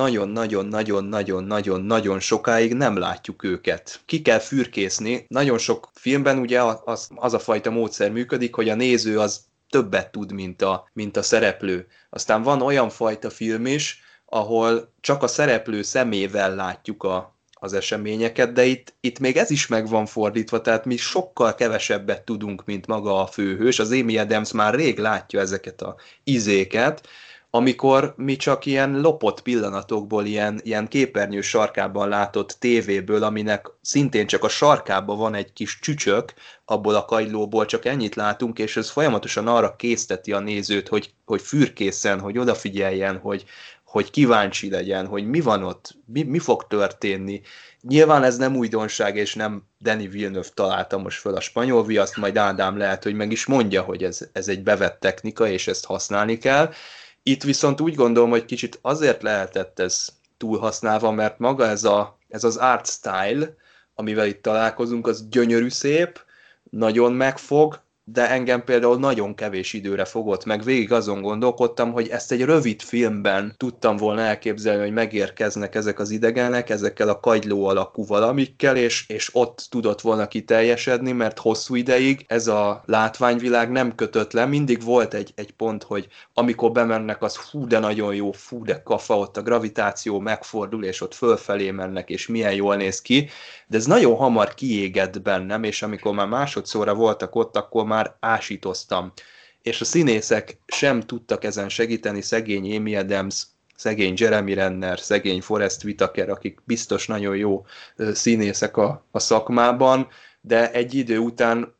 nagyon-nagyon-nagyon-nagyon-nagyon-nagyon sokáig nem látjuk őket. Ki kell fürkészni. Nagyon sok filmben ugye az a fajta módszer működik, hogy a néző az többet tud, mint a szereplő. Aztán van olyan fajta film is, ahol csak a szereplő szemével látjuk az eseményeket, de itt még ez is meg van fordítva, tehát mi sokkal kevesebbet tudunk, mint maga a főhős. Az Amy Adams már rég látja ezeket a izéket, amikor mi csak ilyen lopott pillanatokból, ilyen képernyő sarkában látott tévéből, aminek szintén csak a sarkában van egy kis csücsök, abból a kagylóból csak ennyit látunk, és ez folyamatosan arra készteti a nézőt, hogy fürkészen, hogy odafigyeljen, hogy kíváncsi legyen, hogy mi van ott, mi fog történni. Nyilván ez nem újdonság, és nem Denis Villeneuve találta most föl a spanyol viaszt, majd Ádám lehet, hogy meg is mondja, hogy ez egy bevett technika, és ezt használni kell. Itt viszont úgy gondolom, hogy kicsit azért lehetett ez túlhasználva, mert maga ez az art style, amivel itt találkozunk, az gyönyörű szép, nagyon megfog, de engem például nagyon kevés időre fogott meg. Végig azon gondolkodtam, hogy ezt egy rövid filmben tudtam volna elképzelni, hogy megérkeznek ezek az idegenek, ezekkel a kagyló alakú valamikkel, és ott tudott volna kiteljesedni, mert hosszú ideig ez a látványvilág nem kötött le. Mindig volt egy pont, hogy amikor bemennek, az fú, de nagyon jó, fú, de kafa, ott a gravitáció megfordul, és ott fölfelé mennek, és milyen jól néz ki. De ez nagyon hamar kiégett bennem, és amikor már másodszorra voltak ott, akkor már ásítoztam. És a színészek sem tudtak ezen segíteni, szegény Amy Adams, szegény Jeremy Renner, szegény Forest Whitaker, akik biztos nagyon jó színészek a szakmában, de egy idő után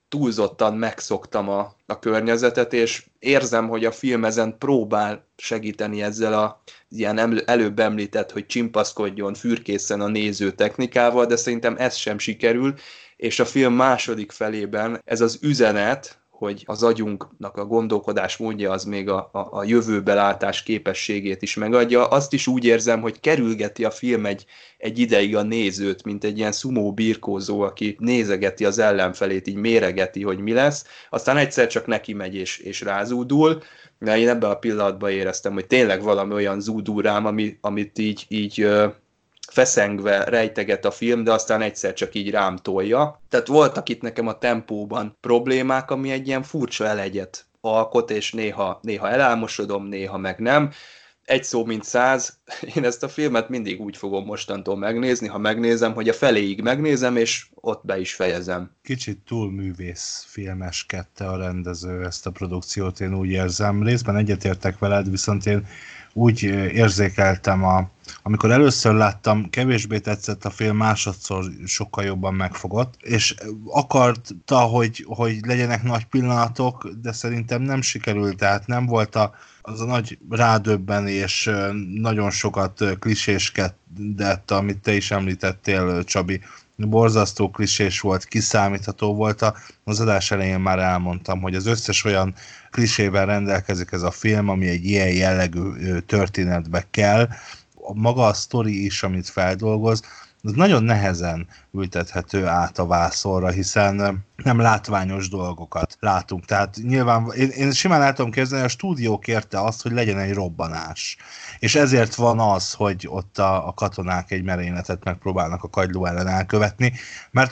túlzottan megszoktam a környezetet, és érzem, hogy a film ezen próbál segíteni ezzel a ilyen előbb említett, hogy csimpaszkodjon fürkészen a néző technikával, de szerintem ez sem sikerül, és a film második felében ez az üzenet, hogy az agyunknak a gondolkodás módja az még a jövőbelátás képességét is megadja. Azt is úgy érzem, hogy kerülgeti a film egy ideig a nézőt, mint egy ilyen szumó birkózó, aki nézegeti az ellenfelét, így méregeti, hogy mi lesz, aztán egyszer csak neki megy és rázúdul, de én ebben a pillanatban éreztem, hogy tényleg valami olyan zúdul rám, amit így feszengve rejteget a film, de aztán egyszer csak így rám tolja. Tehát voltak itt nekem a tempóban problémák, ami egy ilyen furcsa elegyet alkot, és néha elálmosodom, néha meg nem. Egy szó mint 100, én ezt a filmet mindig úgy fogom mostantól megnézni, ha megnézem, hogy a feléig megnézem, és ott be is fejezem. Kicsit túl művész filmeskedte a rendező ezt a produkciót, én úgy érzem. Részben egyetértek veled, viszont én úgy érzékeltem, amikor először láttam, kevésbé tetszett a film, másodszor sokkal jobban megfogott, és akarta, hogy legyenek nagy pillanatok, de szerintem nem sikerült, tehát nem volt az a nagy rádöbbenés, nagyon sokat kliséskedett, amit te is említettél, Csabi. Borzasztó klisés volt, kiszámítható volt. Az adás elején már elmondtam, hogy az összes olyan klisével rendelkezik ez a film, ami egy ilyen jellegű történetbe kell. Maga a sztori is, amit feldolgoz, az nagyon nehezen ültethető át a vászonra, hiszen nem látványos dolgokat látunk. Tehát nyilván én simán el tudom képzelni, a stúdió kérte azt, hogy legyen egy robbanás. És ezért van az, hogy ott a katonák egy merényletet megpróbálnak a kagyló ellen elkövetni, mert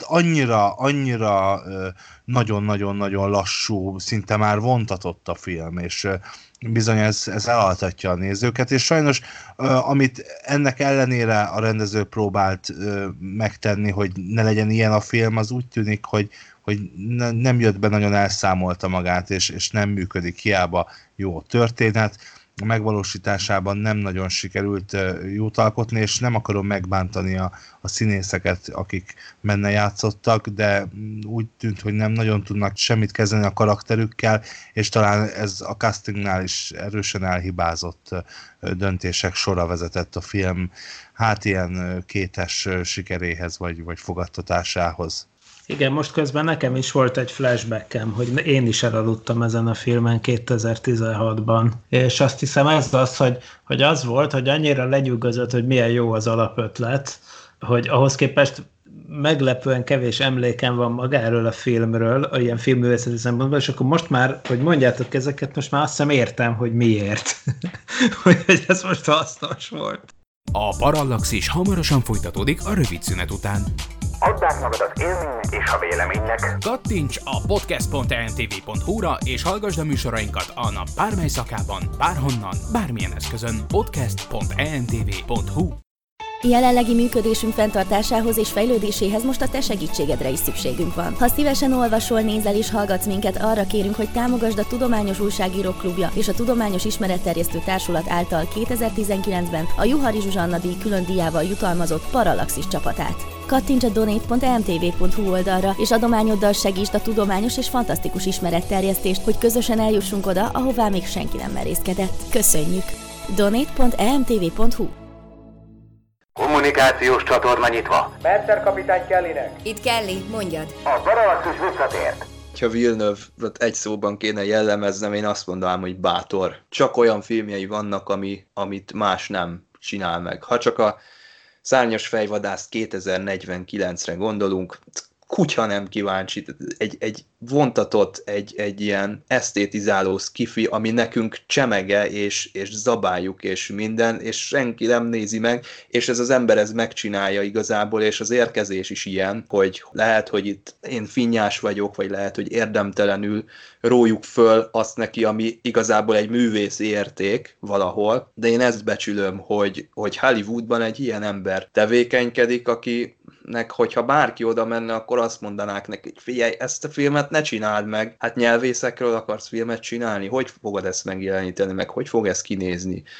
annyira nagyon-nagyon-nagyon lassú, szinte már vontatott a film, és bizony ez elaltatja a nézőket, és sajnos amit ennek ellenére a rendező próbált megtenni, hogy ne legyen ilyen a film, az úgy tűnik, hogy nem jött be, nagyon elszámolta magát, és nem működik, hiába jó történet. A megvalósításában nem nagyon sikerült jót alkotni, és nem akarom megbántani a színészeket, akik benne játszottak, de úgy tűnt, hogy nem nagyon tudnak semmit kezdeni a karakterükkel, és talán ez a castingnál is erősen elhibázott döntések sora vezetett a film ilyen kétes sikeréhez, vagy fogadtatásához. Igen, most közben nekem is volt egy flashbackem, hogy én is elaludtam ezen a filmen 2016-ban, és azt hiszem ez az, hogy az volt, hogy annyira lenyűgözött, hogy milyen jó az alapötlet, hogy ahhoz képest meglepően kevés emlékem van magáról a filmről, ilyen filmművészeti szempontból, és akkor most már, hogy mondjátok ezeket, most már azt hiszem értem, hogy miért. hogy ez most hasznos volt. A Parallaxis hamarosan folytatódik a rövid szünet után. Add át magad az élménynek és a véleménynek. Kattints a podcast.emtv.hu-ra és hallgasd a műsorainkat a nap bármely szakában, bárhonnan, bármilyen eszközön. podcast.emtv.hu. Jelenlegi működésünk fenntartásához és fejlődéséhez most a te segítségedre is szükségünk van. Ha szívesen olvasol, nézel és hallgatsz minket, arra kérünk, hogy támogasd a Tudományos Újságírók Klubja és a Tudományos Ismeretterjesztő Társulat által 2019-ben a Juhari Zsuzsanna díj külön díjával jutalmazott Parallaxis csapatát. Kattints a donate.emtv.hu oldalra, és adományoddal segítsd a tudományos és fantasztikus ismeretterjesztést, hogy közösen eljussunk oda, ahová még senki nem merészkedett. Köszönjük! donate.emtv.hu. Kommunikációs csatorna nyitva. Mercer kapitány Kellynek. Itt Kelly, mondjad. A Parallaxis visszatért. Ha Villeneuve-t egy szóban kéne jellemeznem, én azt mondanám, hogy bátor. Csak olyan filmjei vannak, amit más nem csinál meg. Ha csak a Szárnyas fejvadászt 2049-re gondolunk, kutya nem kíváncsi, egy vontatott, egy ilyen esztétizáló skifi, ami nekünk csemege, és zabáljuk, és minden, és senki nem nézi meg, és ez az ember ez megcsinálja igazából, és az érkezés is ilyen, hogy lehet, hogy itt én finnyás vagyok, vagy lehet, hogy érdemtelenül rójuk föl azt neki, ami igazából egy művész érték valahol, de én ezt becsülöm, hogy Hollywoodban egy ilyen ember tevékenykedik, akinek, hogyha bárki oda menne, akkor azt mondanák neki, hogy figyelj, ezt a filmet ne csináld meg, hát nyelvészekről akarsz filmet csinálni, hogy fogod ezt megjeleníteni, meg hogy fog ez kinézni?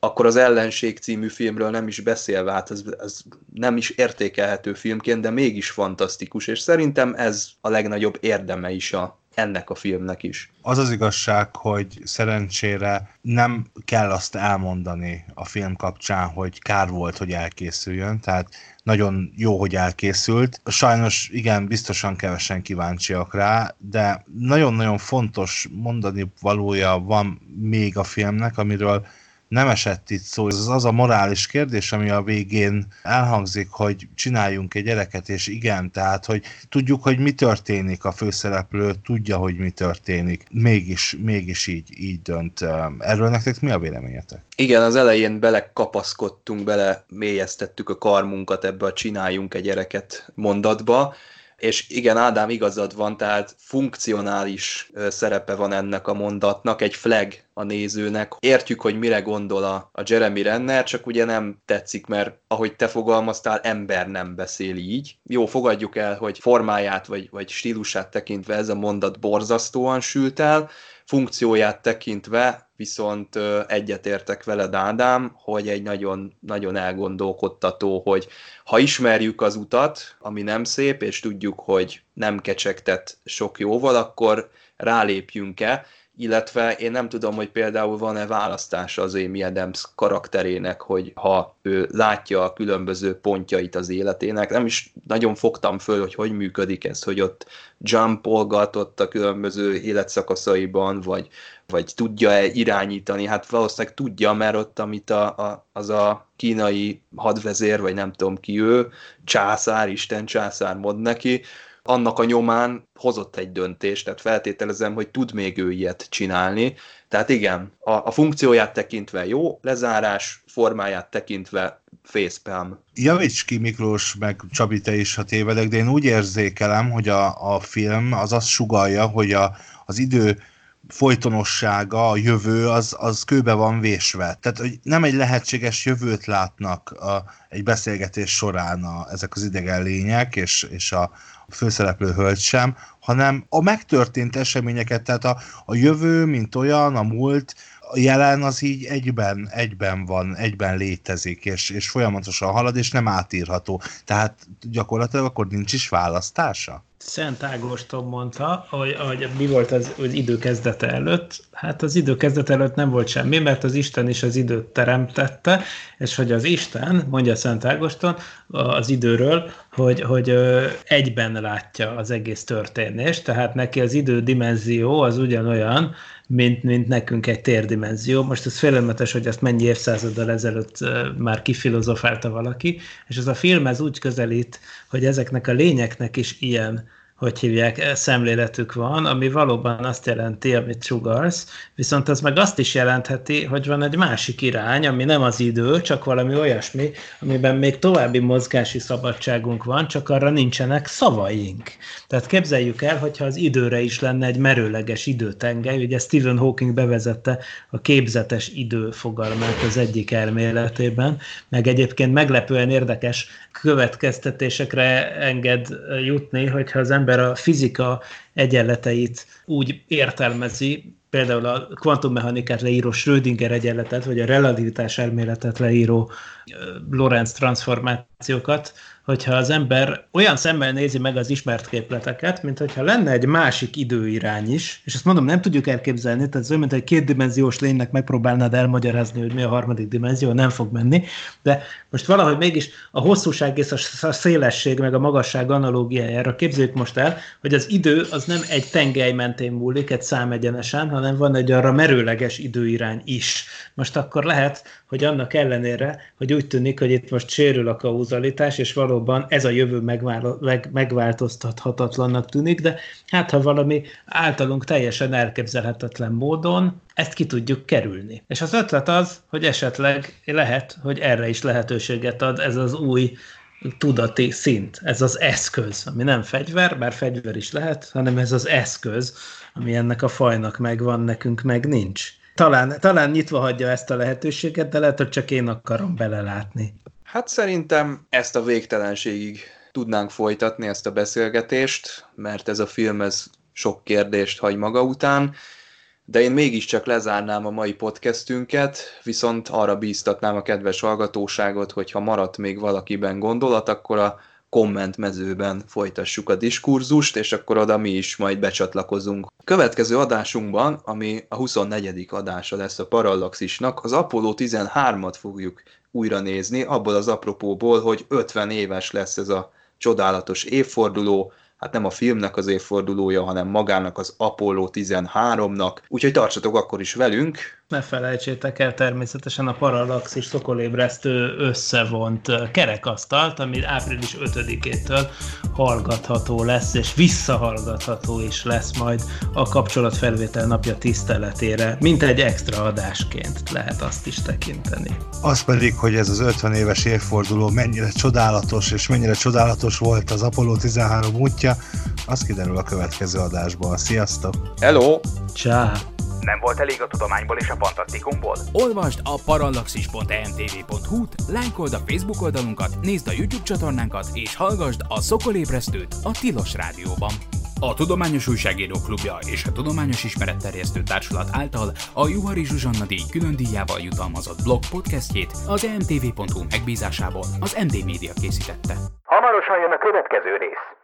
akkor az Ellenség című filmről nem is beszélve, hát ez nem is értékelhető filmként, de mégis fantasztikus, és szerintem ez a legnagyobb érdeme is ennek a filmnek is. Az az igazság, hogy szerencsére nem kell azt elmondani a film kapcsán, hogy kár volt, hogy elkészüljön, tehát nagyon jó, hogy elkészült. Sajnos igen, biztosan kevesen kíváncsiak rá, de nagyon-nagyon fontos mondani valója van még a filmnek, amiről nem esett itt szó. Ez az a morális kérdés, ami a végén elhangzik, hogy csináljunk egy gyereket, és igen, tehát, hogy tudjuk, hogy mi történik, a főszereplő tudja, hogy mi történik. Mégis így dönt. Erről nektek mi a véleményetek? Igen, az elején belekapaszkodtunk, mélyeztettük a karmunkat ebbe a csináljunk egy gyereket mondatba, és igen, Ádám, igazad van, tehát funkcionális szerepe van ennek a mondatnak, egy flag a nézőnek. Értjük, hogy mire gondol a Jeremy Renner, csak ugye nem tetszik, mert ahogy te fogalmaztál, ember nem beszél így. Jó, fogadjuk el, hogy formáját vagy stílusát tekintve ez a mondat borzasztóan sült el, funkcióját tekintve viszont egyetértek veled, Ádám, hogy egy nagyon, nagyon elgondolkodtató, hogy ha ismerjük az utat, ami nem szép, és tudjuk, hogy nem kecsegtet sok jóval, akkor rálépjünk-e, illetve én nem tudom, hogy például van-e választása az Amy Adams karakterének, hogy ha ő látja a különböző pontjait az életének, nem is nagyon fogtam föl, hogy működik ez, hogy ott jumpolgatott a különböző életszakaszaiban, vagy tudja-e irányítani, hát valószínűleg tudja, mert ott, amit az a kínai hadvezér, vagy nem tudom ki ő, császár, Isten császár mond neki, annak a nyomán hozott egy döntést, tehát feltételezem, hogy tud még ő ilyet csinálni. Tehát igen, a funkcióját tekintve jó, lezárás, formáját tekintve facepalm. Javíts ki, Miklós, meg Csabi, te is, ha tévedek, de én úgy érzékelem, hogy a film az azt sugallja, hogy az idő folytonossága, a jövő, az kőbe van vésve. Tehát, hogy nem egy lehetséges jövőt látnak egy beszélgetés során ezek az idegen lények, és a főszereplő hölgy sem, hanem a megtörtént eseményeket, tehát a jövő, mint olyan, a múlt, a jelen az így egyben van, egyben létezik, és folyamatosan halad, és nem átírható. Tehát gyakorlatilag akkor nincs is választása? Szent Ágoston mondta, hogy mi volt az idő kezdete előtt. Hát az idő kezdete előtt nem volt semmi, mert az Isten is az időt teremtette, és hogy az Isten, mondja Szent Ágoston az időről, hogy egyben látja az egész történést, tehát neki az idődimenzió az ugyanolyan, mint nekünk egy térdimenzió. Most ez félelmetes, hogy ezt mennyi évszázaddal ezelőtt már kifilozofálta valaki, és ez a film ez úgy közelít, hogy ezeknek a lényeknek is ilyen, hogy hívják, szemléletük van, ami valóban azt jelenti, amit sugarsz, viszont az meg azt is jelentheti, hogy van egy másik irány, ami nem az idő, csak valami olyasmi, amiben még további mozgási szabadságunk van, csak arra nincsenek szavaink. Tehát képzeljük el, hogyha az időre is lenne egy merőleges időtengely, ugye Stephen Hawking bevezette a képzetes idő fogalmát az egyik elméletében, meg egyébként meglepően érdekes következtetésekre enged jutni, hogyha az ember a fizika egyenleteit úgy értelmezi, például a kvantummechanikát leíró Schrödinger egyenletet, vagy a relativitás elméletet leíró Lorentz transformációkat, hogyha az ember olyan szemmel nézi meg az ismert képleteket, mint hogyha lenne egy másik időirány is, és ezt mondom, nem tudjuk elképzelni, tehát ez olyan, mint egy kétdimenziós lénynek megpróbálnád elmagyarázni, hogy mi a harmadik dimenzió, nem fog menni, de most valahogy mégis a hosszúság és a szélesség meg a magasság analógiájára képzeljük most el, hogy az idő az nem egy tengely mentén múlik, egy számegyenesen, hanem van egy arra merőleges időirány is. Most akkor lehet, hogy annak ellenére, hogy úgy tűnik, hogy itt most sérül a kauzalitás, és valóban ez a jövő megváltoztathatatlannak tűnik, de hát ha valami általunk teljesen elképzelhetetlen módon ezt ki tudjuk kerülni. És az ötlet az, hogy esetleg lehet, hogy erre is lehetőséget ad ez az új tudati szint, ez az eszköz, ami nem fegyver, bár fegyver is lehet, hanem ez az eszköz, ami ennek a fajnak megvan, nekünk meg nincs. Talán nyitva hagyja ezt a lehetőséget, de lehet, hogy csak én akarom belelátni. Hát szerintem ezt a végtelenségig tudnánk folytatni, ezt a beszélgetést, mert ez a film ez sok kérdést hagy maga után, de én mégiscsak lezárnám a mai podcastünket, viszont arra bíztatnám a kedves hallgatóságot, hogy ha maradt még valakiben gondolat, akkor a kommentmezőben folytassuk a diskurzust, és akkor oda mi is majd becsatlakozunk. A következő adásunkban, ami a 24. adása lesz a Parallaxisnak, az Apollo 13-at fogjuk újra nézni, abból az apropóból, hogy 50 éves lesz ez a csodálatos évforduló, hát nem a filmnek az évfordulója, hanem magának az Apollo 13-nak, úgyhogy tartsatok akkor is velünk. Ne felejtsétek el természetesen a Parallaxis szokolébresztő összevont kerekasztalt, ami április 5-től hallgatható lesz, és visszahallgatható is lesz majd a kapcsolatfelvétel napja tiszteletére, mint egy extra adásként lehet azt is tekinteni. Az pedig, hogy ez az 50 éves évforduló mennyire csodálatos, és mennyire csodálatos volt az Apollo 13 útja, az kiderül a következő adásban. Sziasztok! Hello! Csá! Nem volt elég a tudományból és a fantasztikumból? Olvasd a parallaxis.emtv.hu-t, lájkold a Facebook oldalunkat, nézd a YouTube csatornánkat, és hallgasd a Szokolébresztőt a Tilos Rádióban. A Tudományos Újságíró Klubja és a Tudományos Ismeretterjesztő Társulat által a Juhari Zsuzsanna díj külön díjával jutalmazott blog podcastjét az emtv.hu megbízásából az MD Media készítette. Hamarosan jön a következő rész.